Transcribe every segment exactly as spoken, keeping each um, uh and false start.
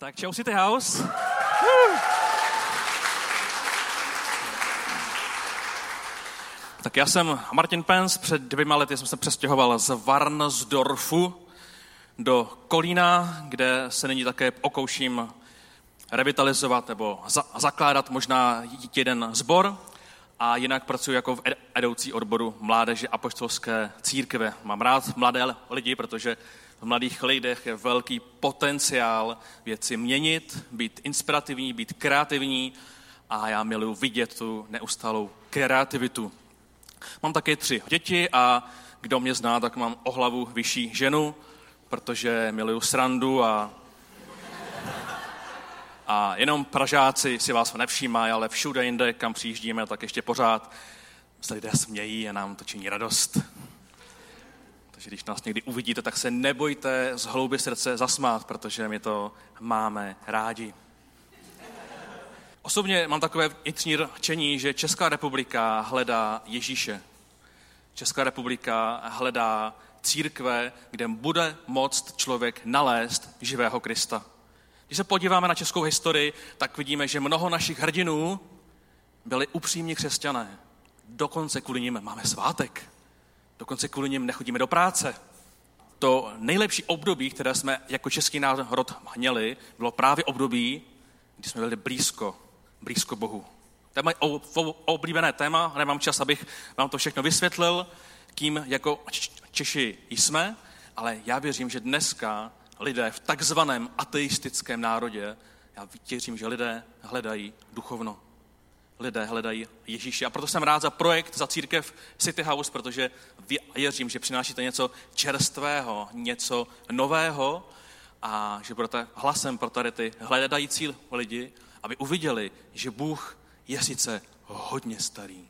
Tak čau City House. Tak já jsem Martin Pence, před dvěma lety jsem se přestěhoval z Varnsdorfu do Kolína, kde se nyní také okouším revitalizovat nebo za- zakládat možná jeden sbor a jinak pracuji jako v vedoucí odboru mládeže apoštolské církve. Mám rád mladé lidi, protože v mladých lidech je velký potenciál věci měnit, být inspirativní, být kreativní a já miluji vidět tu neustálou kreativitu. Mám také tři děti a kdo mě zná, tak mám o hlavu vyšší ženu, protože miluju srandu a, a jenom Pražáci si vás nevšímají, ale všude jinde, kam přijíždíme, tak ještě pořád se lidé smějí a nám to činí radost. Takže když nás někdy uvidíte, tak se nebojte z hloubi srdce zasmát, protože my to máme rádi. Osobně mám takové vnitřní rčení, že Česká republika hledá Ježíše. Česká republika hledá církve, kde bude moct člověk nalézt živého Krista. Když se podíváme na českou historii, tak vidíme, že mnoho našich hrdinů byli upřímní křesťané. Dokonce kvůli nim máme svátek. Dokonce kvůli nim nechodíme do práce. To nejlepší období, které jsme jako český národ měli, bylo právě období, kdy jsme byli blízko, blízko Bohu. To je moje oblíbené téma, nemám čas, abych vám to všechno vysvětlil, kým jako Češi jsme, ale já věřím, že dneska lidé v takzvaném ateistickém národě, já věřím, že lidé hledají duchovno. Lidé hledají Ježíše. A proto jsem rád za projekt, za církev City House, protože věřím, že přinášíte něco čerstvého, něco nového a že budete hlasem pro tady ty hledající lidi, aby uviděli, že Bůh je sice hodně starý.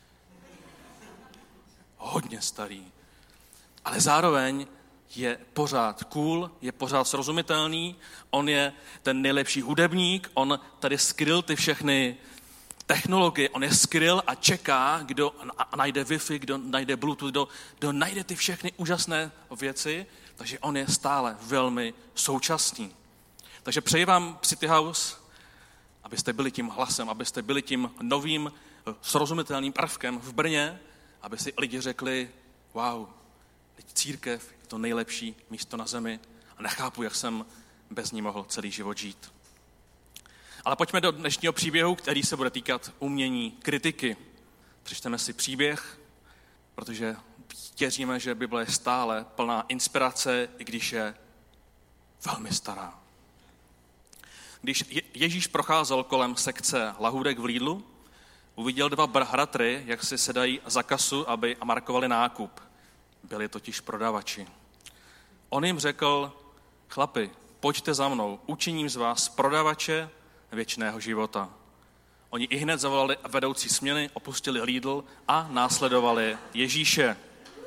Hodně starý. Ale zároveň je pořád cool, je pořád srozumitelný, on je ten nejlepší hudebník, on tady skryl ty všechny technologie, on je skryl a čeká, kdo najde Wi-Fi, kdo najde Bluetooth, kdo, kdo najde ty všechny úžasné věci, takže on je stále velmi současný. Takže přeji vám City House, abyste byli tím hlasem, abyste byli tím novým srozumitelným prvkem v Brně, aby si lidi řekli, wow, církev je to nejlepší místo na zemi a nechápu, jak jsem bez ní mohl celý život žít. Ale pojďme do dnešního příběhu, který se bude týkat umění kritiky. Přečteme si příběh, protože věříme, že Bible je stále plná inspirace, i když je velmi stará. Když Ježíš procházel kolem sekce lahůdek v Lidlu, uviděl dva bratry, jak si sedají za kasu, aby markovali nákup. Byli totiž prodavači. On jim řekl, chlapi, pojďte za mnou, učiním z vás prodavače věčného života. Oni i hned zavolali vedoucí směny, opustili Lidl a následovali Ježíše.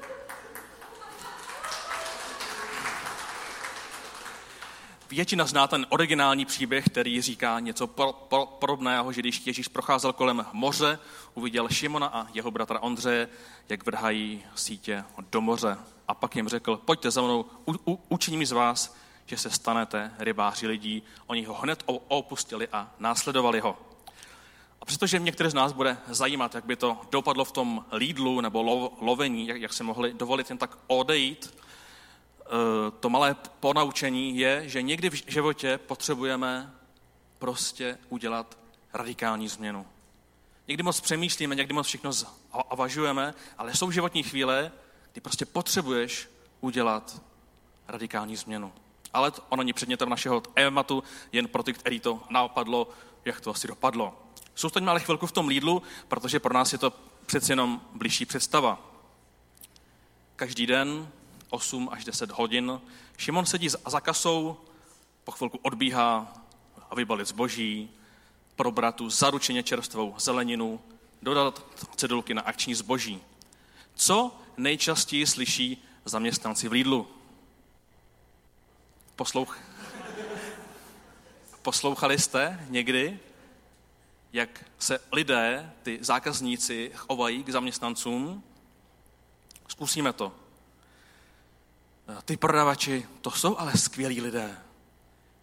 Většina zná ten originální příběh, který říká něco podobného, že když Ježíš procházel kolem moře, uviděl Šimona a jeho bratra Ondřeje, jak vrhají sítě do moře. A pak jim řekl, pojďte za mnou, u, u, učiním z vás, že se stanete rybáři lidí. Oni ho hned opustili a následovali ho. A přestože některé z nás bude zajímat, jak by to dopadlo v tom Lidlu nebo lo, lovení, jak, jak se mohli dovolit jen tak odejít, to malé ponaučení je, že někdy v životě potřebujeme prostě udělat radikální změnu. Někdy moc přemýšlíme, někdy moc všechno zvažujeme, ale jsou životní chvíle, kdy prostě potřebuješ udělat radikální změnu. Ale ono není předmětem našeho tématu, jen pro ty, který to napadlo, jak to asi dopadlo. Zůstaňme ale chvilku v tom Lidlu, protože pro nás je to přeci jenom blížší představa. Každý den osm až deset hodin. Šimon sedí za kasou, po chvilku odbíhá a vybalit zboží, probrat tu zaručeně čerstvou zeleninu, dodat cedulky na akční zboží. Co nejčastěji slyší zaměstnanci v Lidlu? Poslouch... Poslouchali jste někdy, jak se lidé, ty zákazníci, chovají k zaměstnancům? Zkusíme to. Ty prodavači, to jsou ale skvělí lidé.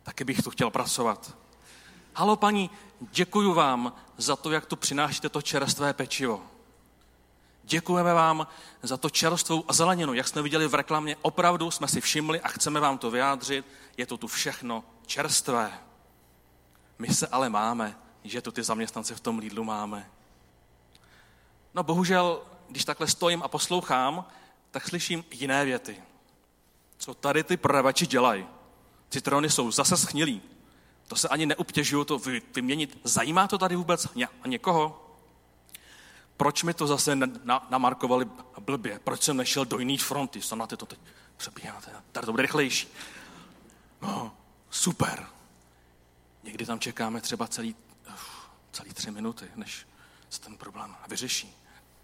taky bych tu chtěl pracovat. Halo paní, děkuju vám za to, jak tu přinášíte to čerstvé pečivo. Děkujeme vám za to čerstvou zeleninu, jak jsme viděli v reklamě, opravdu jsme si všimli a chceme vám to vyjádřit, je to tu všechno čerstvé. My se ale máme, že tu ty zaměstnance v tom Lidlu máme. No bohužel, když takhle stojím a poslouchám, tak slyším jiné věty. Co tady ty prodavači dělají? Citrony jsou zase schnilí. To se ani neobtěžuju to vyměnit. Zajímá to tady vůbec ně, někoho? Proč mi to zase na, namarkovali blbě? Proč jsem nešel do jiný fronty? Co na ty to teď přebíháte? Tady to bude rychlejší. No, super. Někdy tam čekáme třeba celý, uf, celý tři minuty, než se ten problém vyřeší.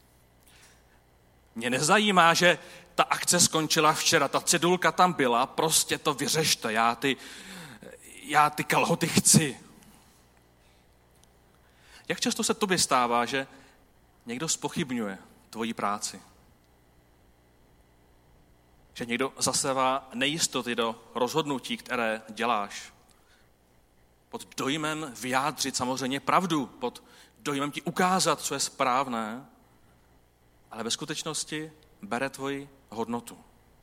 Mě nezajímá, že ta akce skončila včera, ta cedulka tam byla, prostě to vyřešte, já ty, já ty kalhoty chci. Jak často se tobě stává, že někdo zpochybňuje tvoji práci? Že někdo zasevá nejistoty do rozhodnutí, které děláš? Pod dojmem vyjádřit samozřejmě pravdu, pod dojmem ti ukázat, co je správné, ale ve skutečnosti bere tvoji hodnotu.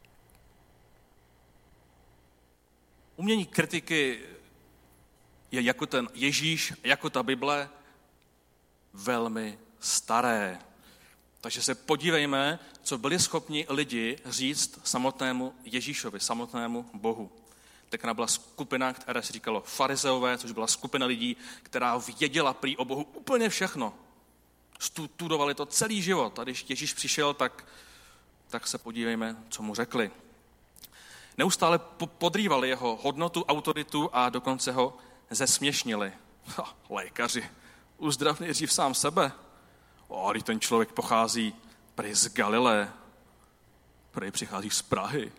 Umění kritiky je jako ten Ježíš, jako ta Bible, velmi staré. Takže se podívejme, co byli schopni lidi říct samotnému Ježíšovi, samotnému Bohu. Tekna byla skupina, která se říkalo farizeové, což byla skupina lidí, která věděla prý o Bohu úplně všechno. Studovali to celý život a když Ježíš přišel, tak, tak se podívejme, co mu řekli. Neustále podrývali jeho hodnotu, autoritu a dokonce ho zesměšnili. Ha, lékaři, uzdrav nejdřív sám sebe. O, když ten člověk pochází prý z Galileje, prý přichází z Prahy.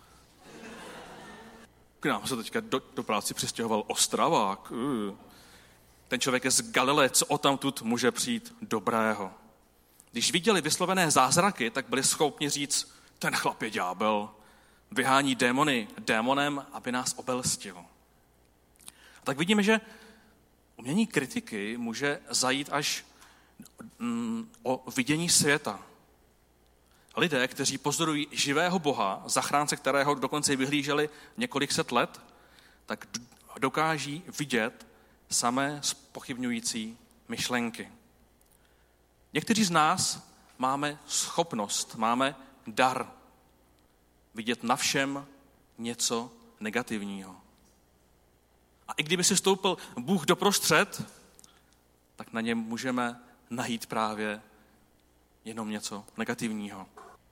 K nám se teďka do, do práci přistěhoval Ostravák. Uh. Ten člověk je z Galileje, co o tamtud může přijít dobrého. Když viděli vyslovené zázraky, tak byli schopni říct, ten chlap je ďábel, vyhání démony démonem, aby nás obelstil. A tak vidíme, že umění kritiky může zajít až mm, o vidění světa. Lidé, kteří pozorují živého Boha, zachránce kterého dokonce vyhlíželi několik set let, tak dokáží vidět samé zpochybňující myšlenky. Někteří z nás máme schopnost, máme dar vidět na všem něco negativního. A i kdyby si stoupil Bůh doprostřed, tak na něm můžeme najít právě jenom něco negativního.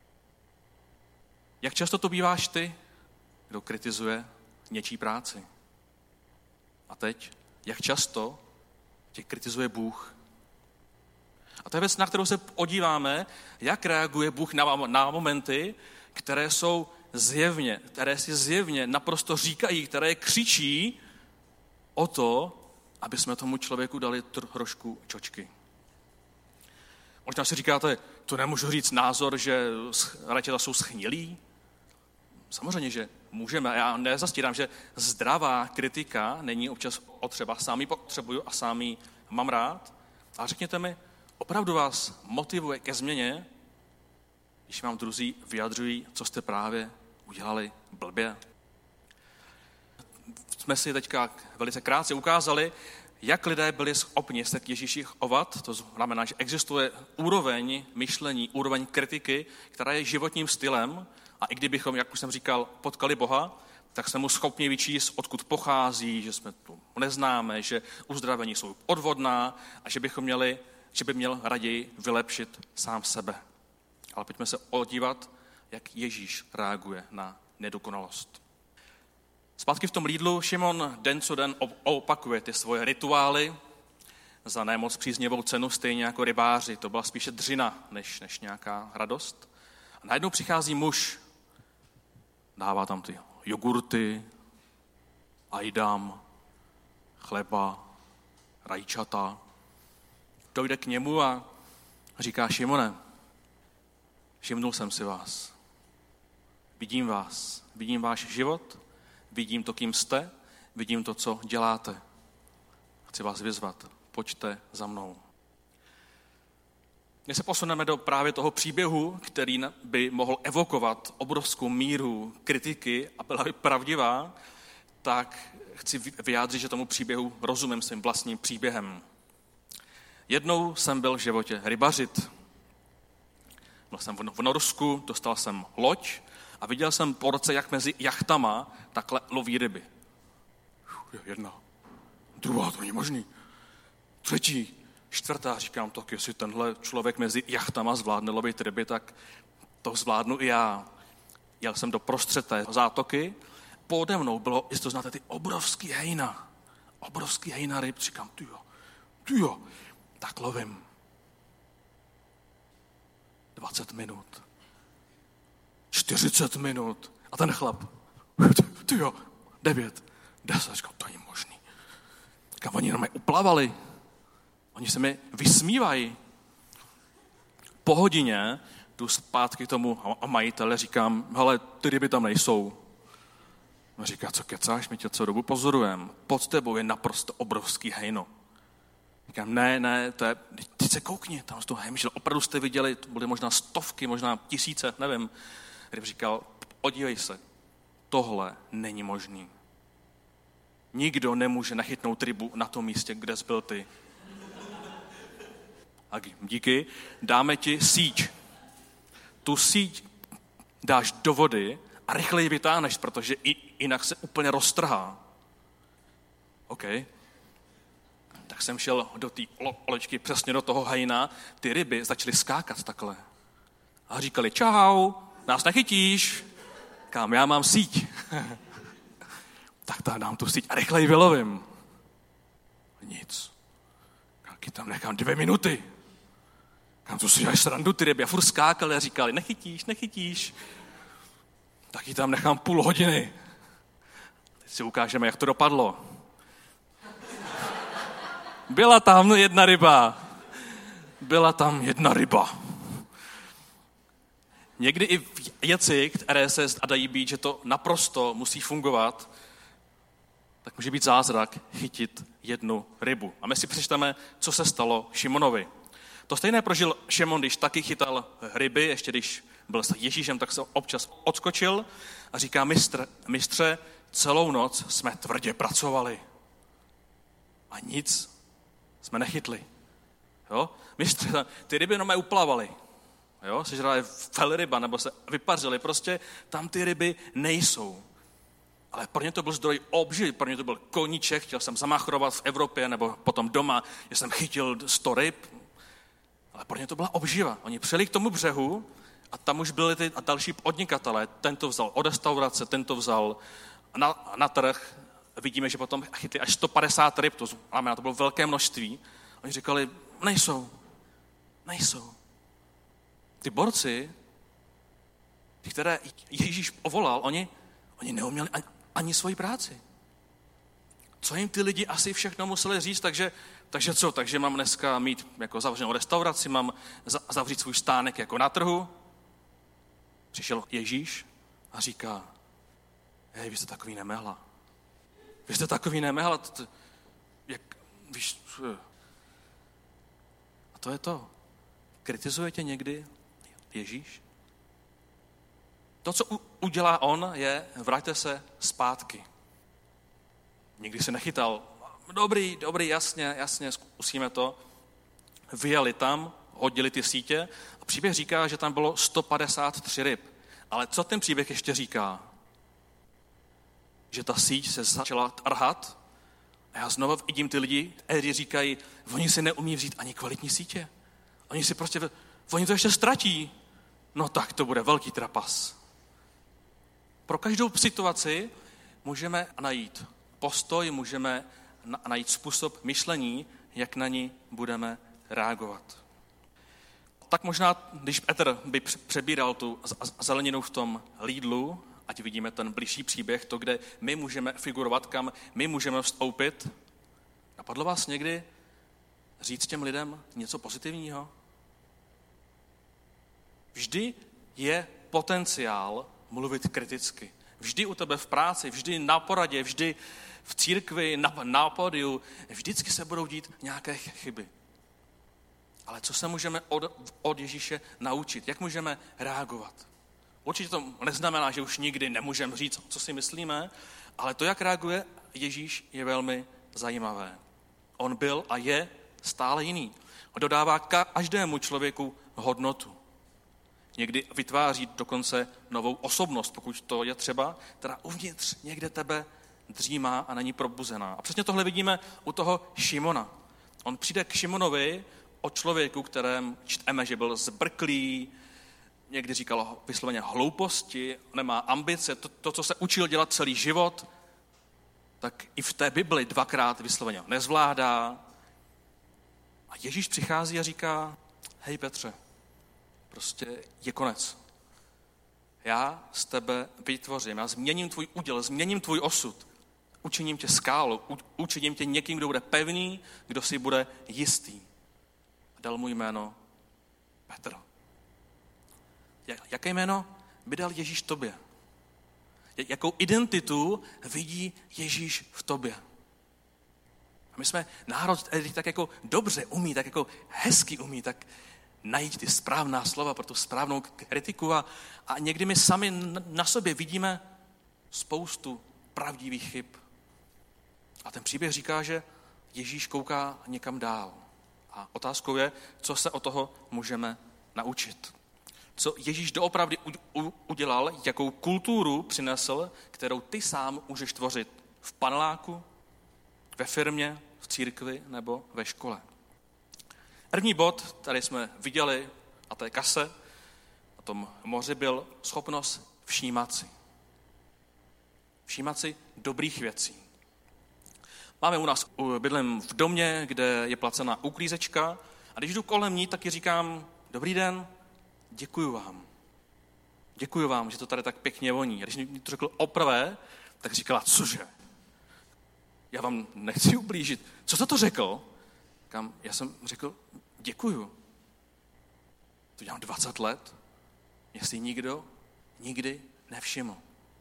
Jak často to býváš ty, kdo kritizuje něčí práci? A teď, jak často tě kritizuje Bůh? A to je věc, na kterou se podíváme, jak reaguje Bůh na, na momenty, které jsou zjevně, které si zjevně naprosto říkají, které křičí o to, aby jsme tomu člověku dali trošku čočky. Možná si říkáte, to nemůžu říct názor, že rajčata jsou schnilí. Samozřejmě, že můžeme. Já nezastírám, že zdravá kritika není občas potřeba. Sám ji potřebuju a sám ji mám rád. A řekněte mi, opravdu vás motivuje ke změně, když vám druzí vyjadřují, co jste právě udělali blbě. Jsme si teďka velice krátce ukázali, jak lidé byli schopni se k Ježíši chovat, to znamená, že existuje úroveň myšlení, úroveň kritiky, která je životním stylem a i kdybychom, jak už jsem říkal, potkali Boha, tak jsme mu schopni vyčíst, odkud pochází, že jsme tu neznáme, že uzdravení jsou podvodná a že bychom měli, že by měl raději vylepšit sám sebe. Ale pojďme se podívat, jak Ježíš reaguje na nedokonalost. Zpátky v tom Lidlu Šimon den co den opakuje ty svoje rituály za nemoc příznivou cenu, stejně jako rybáři. To byla spíše dřina, než, než nějaká radost. A najednou přichází muž, dává tam ty jogurty, ajdam, chleba, rajčata. Dojde k němu a říká: Šimone, všimnul jsem si vás. Vidím vás, vidím váš život, vidím to, kým jste, vidím to, co děláte. Chci vás vyzvat, pojďte za mnou. Když se posuneme do právě toho příběhu, který by mohl evokovat obrovskou míru kritiky a byla by pravdivá, tak chci vyjádřit, že tomu příběhu rozumím svým vlastním příběhem. Jednou jsem byl v životě rybařit. Byl jsem v Norsku, dostal jsem loď a viděl jsem po roce, jak mezi jachtama takhle loví ryby. Jedna, druhá, to není možný. Třetí, čtvrtá, říkám, tak jestli tenhle člověk mezi jachtama zvládne lovit ryby, tak to zvládnu i já. Jel jsem do prostřed té zátoky, pode mnou bylo, jestli to znáte, ty obrovský hejna. Obrovský hejna ryb, říkám, tyjo, tyjo, tak lovím. dvacet minut. čtyřicet minut. A ten chlap, tyjo, devět, deset, říkám, to není možný. Říkám, oni nám uplavali. Oni se mi vysmívají. Po hodině jdu zpátky k tomu majitele, říkám, hele, ty ryby tam nejsou. On říká, co kecáš, my tě co dobu pozorujem. Pod tebou je naprosto obrovský hejno. Říkám, ne, ne, to je, ty se koukni, tam z toho hemžil, opravdu jste viděli, to byly možná stovky, možná tisíce, nevím. Ryb říkal, podívej se, tohle není možný. Nikdo nemůže nachytnout rybu na tom místě, kde jsi byl ty. A díky, dáme ti síť. Tu síť dáš do vody a rychleji vytáhneš, protože jinak se úplně roztrhá. OK. Tak jsem šel do té loďky přesně do toho hejna, ty ryby začaly skákat takhle. A říkali, čau, nás nechytíš. Kam, já mám síť. Tak tam dám tu síť a rychleji vylovím. Nic. Taky tam nechám dvě minuty. Kam to si děláš srandu, ty ryby. A furt skákali a říkali, nechytíš, nechytíš. Tak ji tam nechám půl hodiny. Teď si ukážeme, jak to dopadlo. Byla tam jedna ryba. Byla tam jedna ryba. Někdy i věci, které se dají být, že to naprosto musí fungovat, tak může být zázrak chytit jednu rybu. A my si přečteme, co se stalo Šimonovi. To stejné prožil Šimon, když taky chytal ryby, ještě když byl s Ježíšem, tak se občas odskočil a říká, mistr, mistře, celou noc jsme tvrdě pracovali. A nic jsme nechytli. Jo? Mistře, ty ryby jenom uplavaly. Jo? Sežrali velryba nebo se vypařili. Prostě tam ty ryby nejsou. Ale pro ně to byl zdroj obživy, pro ně to byl koníček, chtěl jsem zamachrovat v Evropě nebo potom doma, že jsem chytil sto ryb. Ale pro ně to byla obživa. Oni přijeli k tomu břehu a tam už byli ty a další podnikatelé. Ten to vzal od restaurace, ten to vzal na, na trh. Vidíme, že potom chytli až sto padesát ryb, to znamená, to bylo velké množství. Oni říkali, nejsou, nejsou. Ty borci, ty, které Ježíš povolal, oni, oni neuměli ani, ani svoji práci. Co jim ty lidi asi všechno museli říct, takže, takže co? Takže mám dneska mít jako zavřenou restauraci, mám zavřít svůj stánek jako na trhu. Přišel Ježíš a říká, hej, vy jste takový nemehla. Vy jste takový nemehla. Jak, víš, a to je to. Kritizuje tě někdy Ježíš? To, co udělá on, je, vraťte se zpátky. Nikdy se nechytal. Dobrý, dobrý, jasně, jasně, zkusíme to. Vyjeli tam, hodili ty sítě a příběh říká, že tam bylo sto padesát tři ryb. Ale co ten příběh ještě říká? Že ta síť se začala trhat a já znovu vidím ty lidi, kteří říkají, oni si neumí vzít ani kvalitní sítě. Oni si prostě, oni to ještě ztratí. No tak to bude velký trapas. Pro každou situaci můžeme najít postoj, můžeme najít způsob myšlení, jak na ní budeme reagovat. Tak možná, když Petr by přebíral tu zeleninu v tom Lidlu, ať vidíme ten blížší příběh, to, kde my můžeme figurovat, kam my můžeme vstoupit, napadlo vás někdy říct těm lidem něco pozitivního? Vždy je potenciál mluvit kriticky. vždy u tebe v práci, vždy na poradě, vždy v církvi, na, na pódiu, vždycky se budou dít nějaké chyby. Ale co se můžeme od, od Ježíše naučit? Jak můžeme reagovat? Určitě to neznamená, že už nikdy nemůžeme říct, co si myslíme, ale to, jak reaguje Ježíš, je velmi zajímavé. On byl a je stále jiný. On dodává každému člověku hodnotu. Někdy vytváří dokonce novou osobnost, pokud to je třeba, která uvnitř někde tebe dřímá a není probuzená. A přesně tohle vidíme u toho Šimona. On přijde k Šimonovi o člověku, kterém čteme, že byl zbrklý, někdy říkal vysloveně hlouposti, nemá ambice, to, to, co se učil dělat celý život, tak i v té Bibli dvakrát vysloveně nezvládá. A Ježíš přichází a říká, hej Petře, prostě je konec. Já z tebe vytvořím, já změním tvůj úděl, změním tvůj osud. Učiním tě skálou, učiním tě někým, kdo bude pevný, kdo si bude jistý. A dal mu jméno Petr. Jaké jméno by dal Ježíš tobě? Jakou identitu vidí Ježíš v tobě? A my jsme národ, který tak jako dobře umí, tak jako hezky umí, tak najít ty správná slova pro tu správnou kritiku a, a někdy my sami na sobě vidíme spoustu pravdivých chyb. A ten příběh říká, že Ježíš kouká někam dál. A otázkou je, co se od toho můžeme naučit. Co Ježíš doopravdy udělal, jakou kulturu přinesl, kterou ty sám můžeš tvořit v paneláku, ve firmě, v církvi nebo ve škole. První bod, který jsme viděli na té kase, na tom moři, byl schopnost všímat si. Všímat si dobrých věcí. Máme u nás bydlím v domě, kde je placená uklízečka a když jdu kolem ní, tak ji říkám, dobrý den, děkuju vám. Děkuju vám, že to tady tak pěkně voní. A když mi to řekl oprvé, tak říkala, cože? Já vám nechci ublížit. Co jsi to řekl? Kam? Já jsem řekl, děkuju. To dělám dvacet let, jestli nikdo nikdy nevšiml.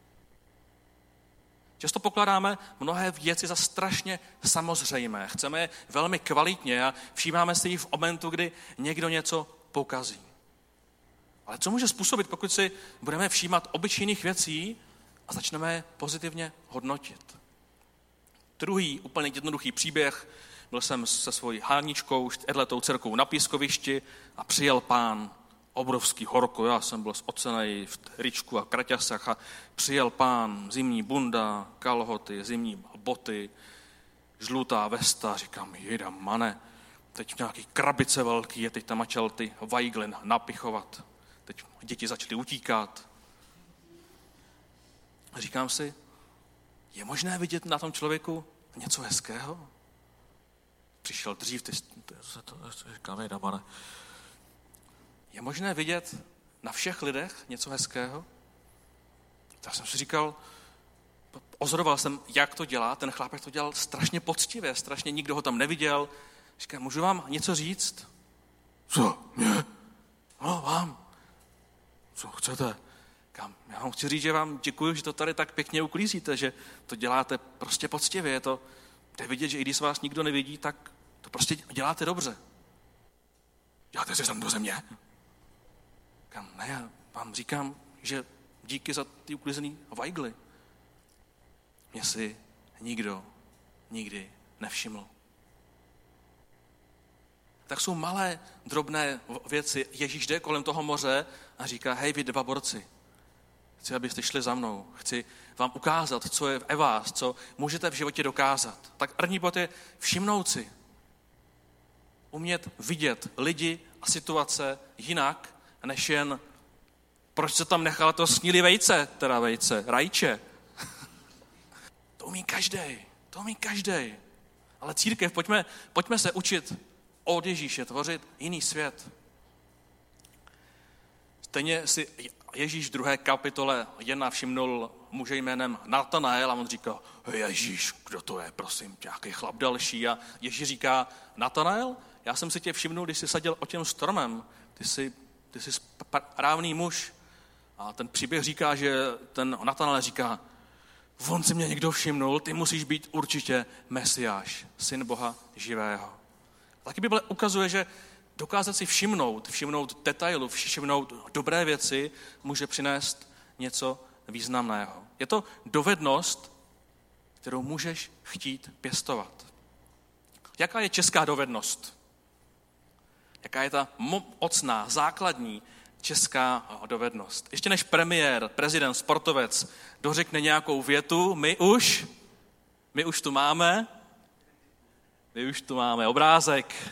Často pokládáme mnohé věci za strašně samozřejmé. Chceme je velmi kvalitně a všímáme si jich v momentu, kdy někdo něco pokazí. Ale co může způsobit, pokud si budeme všímat obyčejných věcí a začneme je pozitivně hodnotit? Druhý úplně jednoduchý příběh. Byl jsem se svojí háničkou, čtyřletou dcerkou na pískovišti a přijel pán, obrovský horko, já jsem byl ocenej v tričku a kraťasách a přijel pán, zimní bunda, kalhoty, zimní boty, žlutá vesta, říkám, jejda mane, teď nějaký krabice velký, je teď tam začal ty vajgly napichovat. Teď děti začaly utíkat. Říkám si, je možné vidět na tom člověku něco hezkého? Přišel dřív, ty, ty, to, říkám, jejda mane. Je možné vidět na všech lidech něco hezkého? Tak jsem si říkal, pozoroval jsem, jak to dělá, ten chlápek to dělal strašně poctivě, strašně nikdo ho tam neviděl. Říkám, můžu vám něco říct? Co? Mě? No, vám. Co chcete? Říkám, já vám chci říct, že vám děkuji, že to tady tak pěkně uklízíte, že to děláte prostě poctivě. Je to, je vidět, že i když vás nikdo nevidí, tak to prostě děláte dobře. Děláte si tam do země? Říkám, ne, já vám říkám, že díky za ty uklízený vajgly mě si nikdo nikdy nevšiml. Tak jsou malé, drobné věci. Ježíš jde kolem toho moře a říká, hej, vy dva borci, chci, abyste šli za mnou. Chci vám ukázat, co je v vás, co můžete v životě dokázat. Tak první bod je všimnout si. Umět vidět lidi a situace jinak, než jen proč se tam nechala to snílý vejce, teda vejce, rajče. To umí každej, to umí každej. Ale církev, pojďme, pojďme se učit od Ježíše, tvořit jiný svět. Stejně si Ježíš v druhé kapitole Jana všimnul muže jménem Natanael a on říká, Ježíš, kdo to je, prosím, nějaký chlap další. A Ježíš říká, Natanael, já jsem si tě všimnul, když jsi seděl o těm stromem, ty jsi, ty jsi správný muž. A ten příběh říká, že ten Natanael říká, on si mě někdo všimnul, ty musíš být určitě Mesiáš, syn Boha živého. Taky Bible ukazuje, že dokázat si všimnout, všimnout detailu, všimnout dobré věci, může přinést něco významného. Je to dovednost, kterou můžeš chtít pěstovat. Jaká je česká dovednost? Jaká je ta mocná, základní česká dovednost? Ještě než premiér, prezident, sportovec dořekne nějakou větu, my už, my už tu máme, my už tu máme obrázek.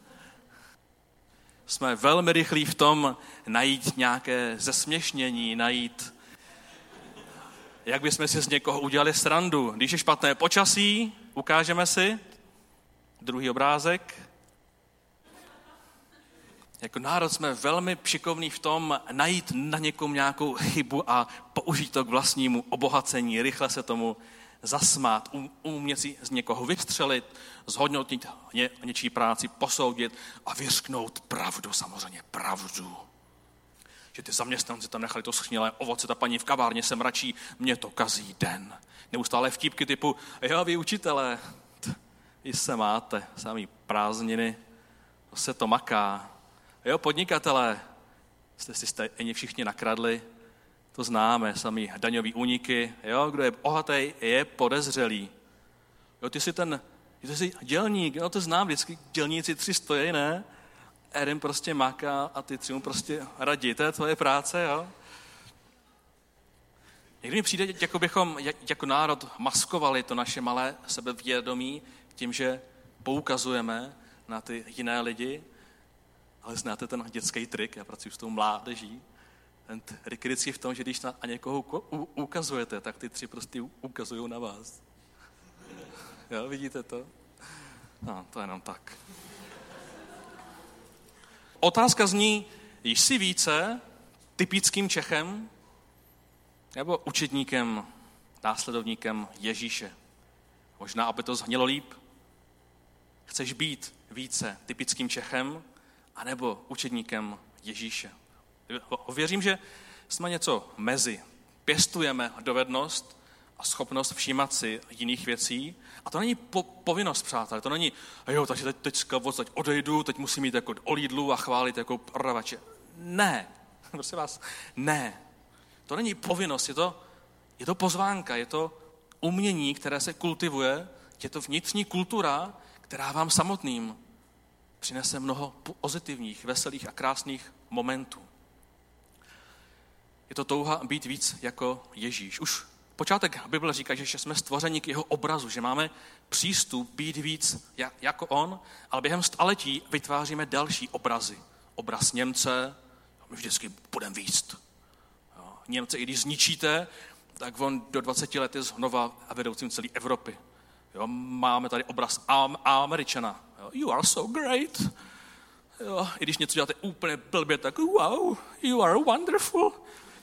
Jsme velmi rychlí v tom najít nějaké zesměšnění, najít, jak bychom si z někoho udělali srandu. Když je špatné počasí, ukážeme si druhý obrázek. Jako národ jsme velmi šikovní v tom najít na někom nějakou chybu a použít to k vlastnímu obohacení, rychle se tomu zasmát, umět si z někoho vystřelit, zhodnotit ně, něčí práci, posoudit a vyřknout pravdu, samozřejmě pravdu. Že ty zaměstnanci tam nechali to schnilé ovoce, ta paní v kavárně se mračí, mě to kazí den. Neustále vtípky typu, jo, vy učitelé, vy se máte, samý prázdniny, to se to maká. Jo, podnikatelé, jste si stejně všichni nakradli, to známe, samý daňový úniky, jo, kdo je bohatý, je podezřelý. Jo, ty jsi ten, ty jsi dělník, jo, to znám, vždycky dělníci tři stojí, ne? Jeden prostě maká a ty tři mu prostě radí, to je tvoje práce, jo. Někdy mi přijde, jako bychom jako národ maskovali to naše malé sebevědomí tím, že poukazujeme na ty jiné lidi, ale znáte ten dětský trik, já pracuji s tou mládeží, ten trik vždycky v tom, že když na někoho ukazujete, tak ty tři prostě ukazují na vás. Jo, vidíte to? No, to je jenom tak. Otázka zní, jsi více typickým Čechem nebo učedníkem, následovníkem Ježíše? Možná, aby to znělo líp. Chceš být více typickým Čechem anebo učedníkem Ježíše? Věřím, že jsme něco mezi. Pěstujeme dovednost a schopnost všímat si jiných věcí. A to není po, povinnost, přátelé. To není, jo, takže teď, teďka teď odejdu, teď musím jít jako o Lidlu a chválit jako prodavače. Ne, prosím vás, ne. To není povinnost, je to, je to pozvánka, je to umění, které se kultivuje, je to vnitřní kultura, která vám samotným přinese mnoho pozitivních, veselých a krásných momentů. Je to touha být víc jako Ježíš. Už počátek Bible říká, že jsme stvořeni k jeho obrazu, že máme přístup být víc jako on, ale během staletí vytváříme další obrazy. Obraz Němce, my vždycky budeme víc. Němce, i když zničíte, tak on do dvaceti let je znova a vedoucím celé Evropy. Jo, máme tady obraz Američana. Jo, you are so great. Jo, i když něco děláte úplně blbě, tak wow, you are wonderful.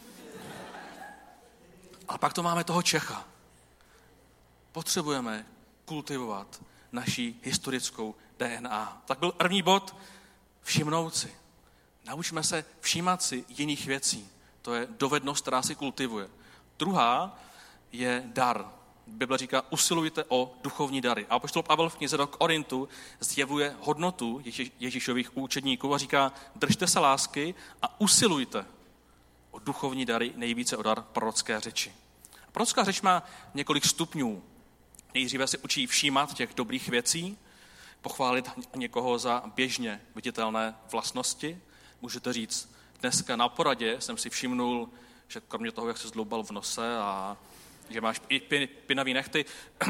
Ale pak to máme toho Čecha. Potřebujeme kultivovat naši historickou D N A. Tak byl první bod, všimnout si. Naučme se všímat si jiných věcí. To je dovednost, která si kultivuje. Druhá je dar. Bible říká, usilujte o duchovní dary. A apoštol Pavel v knize do Korintu zjevuje hodnotu Ježíš, Ježíšových učedníků a říká, držte se lásky a usilujte o duchovní dary, nejvíce o dar prorocké řeči. Prorocká řeč má několik stupňů. Nejdříve se učí všímat těch dobrých věcí, pochválit někoho za běžně viditelné vlastnosti. Můžete říct, dneska na poradě jsem si všimnul, že kromě toho, jak se zdloubal v nose a že máš pinavý nechty,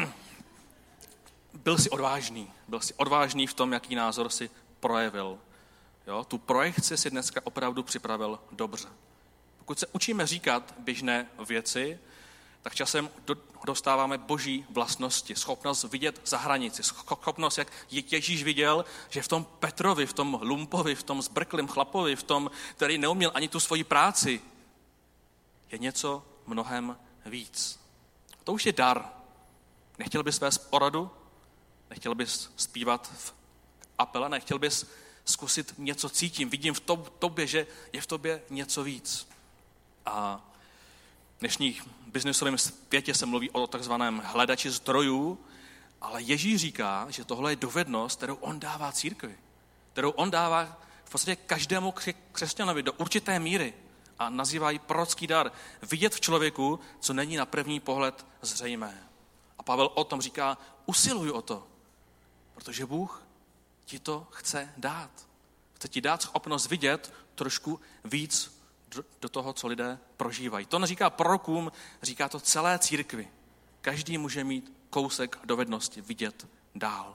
byl si odvážný. Byl si odvážný v tom, jaký názor si projevil. Jo? Tu projekci si dneska opravdu připravil dobře. Pokud se učíme říkat běžné věci, tak časem dostáváme boží vlastnosti, schopnost vidět za hranici, schopnost, jak Ježíš viděl, že v tom Petrovi, v tom lumpovi, v tom zbrklém chlapovi, v tom, který neuměl ani tu svoji práci, je něco mnohem víc. To už je dar. Nechtěl bys vést poradu? Nechtěl bys zpívat v apele? Nechtěl bys zkusit něco cítím? Vidím v tobě, že je v tobě něco víc. A v dnešních biznesovém světě se mluví o takzvaném hledači zdrojů, ale Ježíš říká, že tohle je dovednost, kterou on dává církvi, kterou on dává v podstatě každému křesťanovi do určité míry a nazývá ji prorocký dar. Vidět v člověku, co není na první pohled zřejmé. A Pavel o tom říká, usiluj o to, protože Bůh ti to chce dát. Chce ti dát schopnost vidět trošku víc do toho, co lidé prožívají. To neříká prorokům, říká to celé církvi. Každý může mít kousek dovednosti vidět dál.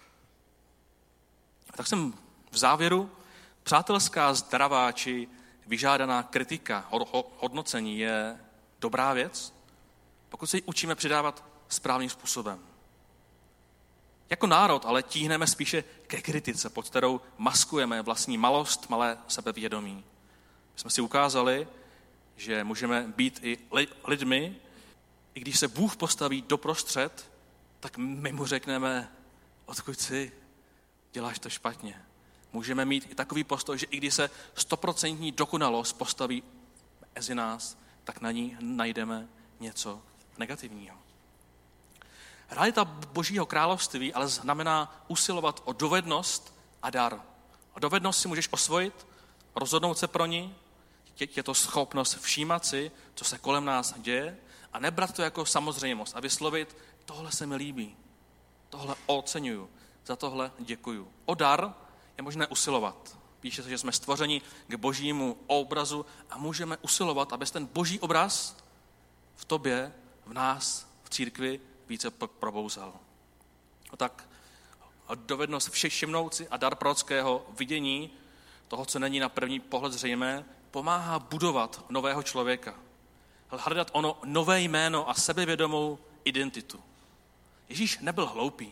A tak jsem v závěru, přátelská, zdravá či vyžádaná kritika, hodnocení je dobrá věc, pokud se ji učíme přidávat správným způsobem. Jako národ ale tíhneme spíše ke kritice, pod kterou maskujeme vlastní malost, malé sebevědomí. My jsme si ukázali, že můžeme být i lidmi, i když se Bůh postaví doprostřed, tak my mu řekneme, odkud jsi, děláš to špatně. Můžeme mít i takový postoj, že i když se stoprocentní dokonalost postaví mezi nás, tak na ní najdeme něco negativního. Realita Božího království ale znamená usilovat o dovednost a dar. O dovednost si můžeš osvojit, rozhodnout se pro ní, je to schopnost všímat si, co se kolem nás děje a nebrat to jako samozřejmost a vyslovit, tohle se mi líbí, tohle oceňuju, za tohle děkuju. O dar je možné usilovat. Píše se, že jsme stvořeni k Božímu obrazu a můžeme usilovat, aby ten Boží obraz v tobě, v nás, v církvi více probouzal. A tak dovednost všimnout si a dar prorockého vidění toho, co není na první pohled zřejmé, pomáhá budovat nového člověka. Hledat ono nové jméno a sebevědomou identitu. Ježíš nebyl hloupý.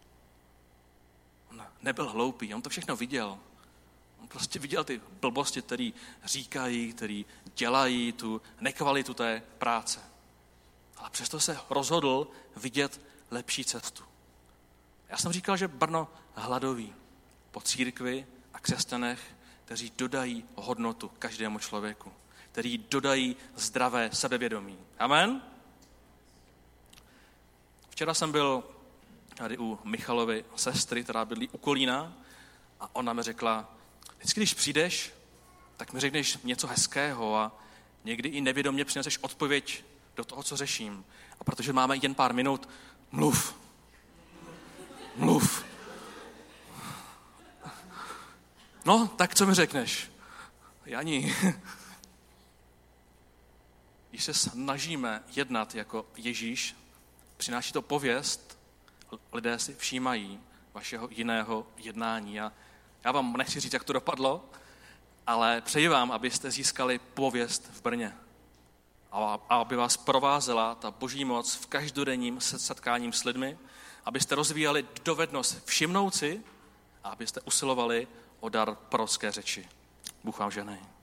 On nebyl hloupý, on to všechno viděl. On prostě viděl ty blbosti, které říkají, které dělají, tu nekvalitu té práce. Ale přesto se rozhodl vidět lepší cestu. Já jsem říkal, že Brno hladoví po církvi a křesťanech, kteří dodají hodnotu každému člověku, kteří dodají zdravé sebevědomí. Amen? Včera jsem byl tady u Michalovy sestry, která bydlí u Kolína, a ona mi řekla, vždycky, když přijdeš, tak mi řekneš něco hezkého a někdy i nevědomě přineseš odpověď do toho, co řeším. A protože máme jen pár minut, mluv. Mluv. No, tak co mi řekneš? Jani, když se snažíme jednat jako Ježíš, přináší to pověst, lidé si všímají vašeho jiného jednání. A já vám nechci říct, jak to dopadlo, ale přeji vám, abyste získali pověst v Brně. A aby vás provázela ta Boží moc v každodenním setkáním s lidmi, abyste rozvíjeli dovednost všimnout si a abyste usilovali o dar prorocké řeči. Bůh vám žehnej.